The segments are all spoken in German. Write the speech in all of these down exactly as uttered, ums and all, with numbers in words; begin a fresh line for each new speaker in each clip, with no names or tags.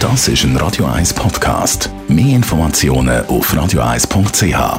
Das ist ein Radio eins Podcast. Mehr Informationen auf radio eins punkt c h.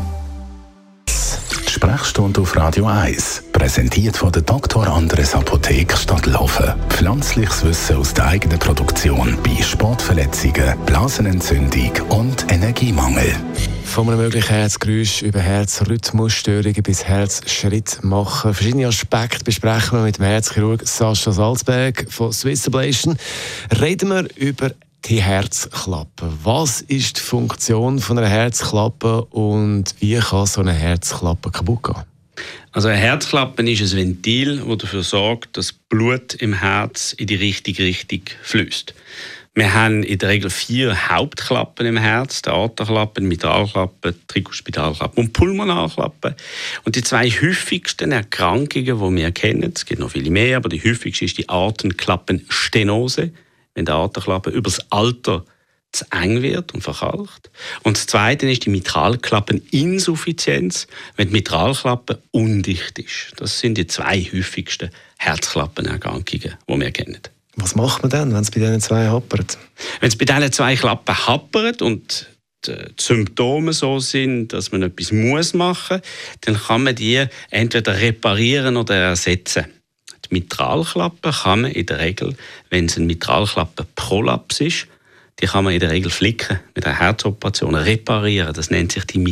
Die Sprechstunde auf Radio eins, präsentiert von der Doktor Andres Apotheke Stadtlaufen. Pflanzliches Wissen aus der eigenen Produktion bei Sportverletzungen, Blasenentzündung und Energiemangel.
Von einem möglichen Herzgeräusch über Herzrhythmusstörungen bis Herzschritt machen. Verschiedene Aspekte besprechen wir mit dem Herzchirurg Sascha Salzberg von Swiss Ablation. Reden wir über die Herzklappe. Was ist die Funktion von einer Herzklappe und wie kann so eine Herzklappe kaputt gehen?
Also eine Herzklappe ist ein Ventil, das dafür sorgt, dass Blut im Herz in die richtige Richtung fließt. Wir haben in der Regel vier Hauptklappen im Herz: die Aortenklappe, die Mitralklappe, die Trikospidalklappe und die Pulmonalklappe. Und die zwei häufigsten Erkrankungen, die wir kennen, es gibt noch viele mehr, aber die häufigste ist die Aortenklappenstenose, wenn die Aortenklappe über das Alter zu eng wird und verkalkt. Und das Zweite ist die Mitralklappeninsuffizienz, wenn die Mitralklappe undicht ist. Das sind die zwei häufigsten Herzklappenerkrankungen, die wir kennen.
Was macht man dann, wenn es bei diesen zwei happert?
Wenn es bei diesen zwei Klappen happert und die Symptome so sind, dass man etwas muss machen muss, dann kann man die entweder reparieren oder ersetzen. Die Mitralklappe kann man in der Regel, wenn es ein Mitralklappenprolaps ist, die kann man in der Regel flicken, mit einer Herzoperation reparieren. Das nennt sich die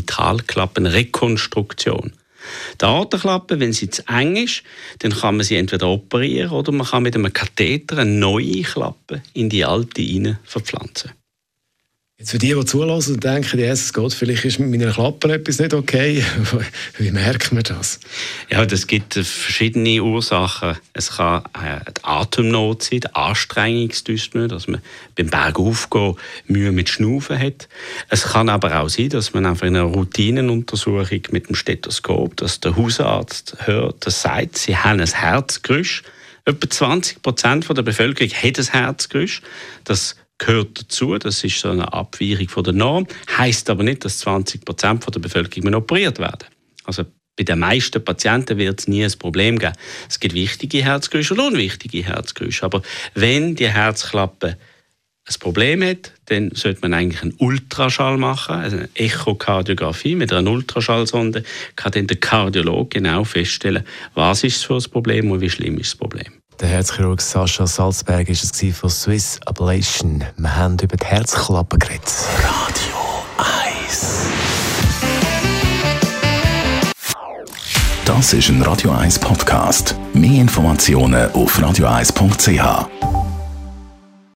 Mitralklappenrekonstruktion. Die Aortenklappe, wenn sie zu eng ist, dann kann man sie entweder operieren oder man kann mit einem Katheter eine neue Klappe in die alte hinein verpflanzen.
Jetzt für die, die zulassen und denken, ja, es geht, vielleicht ist mit meiner Klappe etwas nicht okay. Wie merkt man das?
Ja, das gibt verschiedene Ursachen. Es kann äh, die Atemnot sein, die Anstrengungsdyspnoe, dass man beim Bergaufgehen Mühe mit Schnaufen hat. Es kann aber auch sein, dass man einfach in einer Routinenuntersuchung mit dem Stethoskop, dass der Hausarzt hört, das sagt, sie haben ein Herzgeräusch. Etwa zwanzig Prozent der Bevölkerung hat ein Herzgeräusch. Das gehört dazu, das ist so eine Abweichung von der Norm, heisst aber nicht, dass zwanzig Prozent der Bevölkerung operiert werden. Also bei den meisten Patienten wird es nie ein Problem geben. Es gibt wichtige Herzgeräusche und unwichtige Herzgeräusche, aber wenn die Herzklappe ein Problem hat, dann sollte man eigentlich einen Ultraschall machen, also eine Echokardiographie mit einer Ultraschallsonde, kann dann der Kardiologe genau feststellen, was ist für ein Problem und wie schlimm ist das Problem.
Der Herzchirurg Sascha Salzberg war es von Swiss Ablation. Wir haben über die Herzklappe geredet.
Radio eins. Das ist ein Radio eins Podcast. Mehr Informationen auf radio eins punkt c h.